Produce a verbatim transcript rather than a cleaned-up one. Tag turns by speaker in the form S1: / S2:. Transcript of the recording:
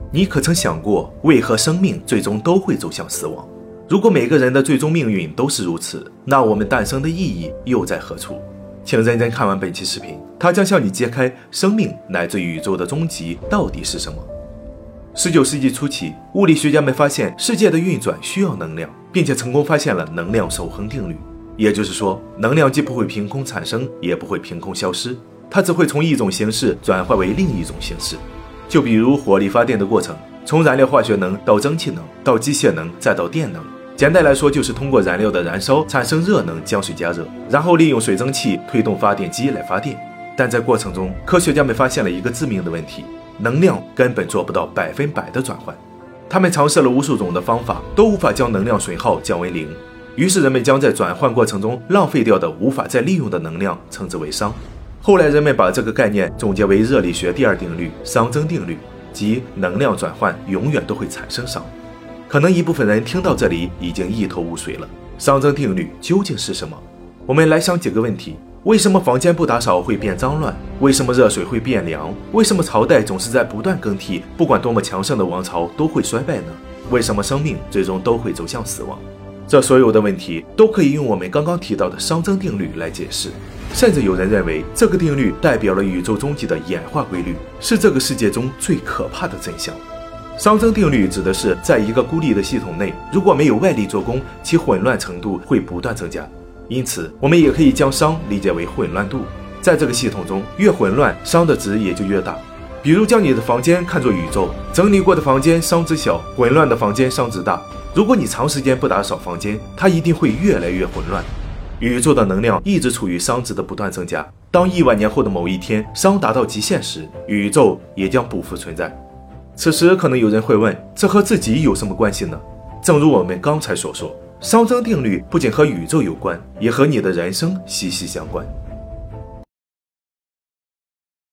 S1: 你可曾想过，为何生命最终都会走向死亡？如果每个人的最终命运都是如此，那我们诞生的意义又在何处？请认真看完本期视频，它将向你揭开生命乃至宇宙的终极到底是什么。十九世纪初期，物理学家们发现世界的运转需要能量，并且成功发现了能量守恒定律。也就是说，能量既不会凭空产生，也不会凭空消失，它只会从一种形式转换为另一种形式。就比如火力发电的过程，从燃料化学能到蒸汽能，到机械能，再到电能。简单来说，就是通过燃料的燃烧产生热能，将水加热，然后利用水蒸气推动发电机来发电。但在过程中，科学家们发现了一个致命的问题：能量根本做不到百分百的转换。他们尝试了无数种的方法，都无法将能量损耗降为零。于是人们将在转换过程中浪费掉的无法再利用的能量称之为熵。后来人们把这个概念总结为热力学第二定律熵增定律，即能量转换永远都会产生熵。可能一部分人听到这里已经一头雾水了，熵增定律究竟是什么？我们来想几个问题：为什么房间不打扫会变脏乱？为什么热水会变凉？为什么朝代总是在不断更替？不管多么强盛的王朝都会衰败呢？为什么生命最终都会走向死亡？这所有的问题都可以用我们刚刚提到的熵增定律来解释。甚至有人认为，这个定律代表了宇宙终极的演化规律，是这个世界中最可怕的真相。熵增定律指的是，在一个孤立的系统内，如果没有外力做工，其混乱程度会不断增加。因此，我们也可以将熵理解为混乱度。在这个系统中，越混乱，熵的值也就越大。比如将你的房间看作宇宙，整理过的房间熵值小，混乱的房间熵值大。如果你长时间不打扫房间，它一定会越来越混乱。宇宙的能量一直处于熵值的不断增加，当亿万年后的某一天熵达到极限时，宇宙也将不复存在。此时可能有人会问，这和自己有什么关系呢？正如我们刚才所说，熵增定律不仅和宇宙有关，也和你的人生息息相关。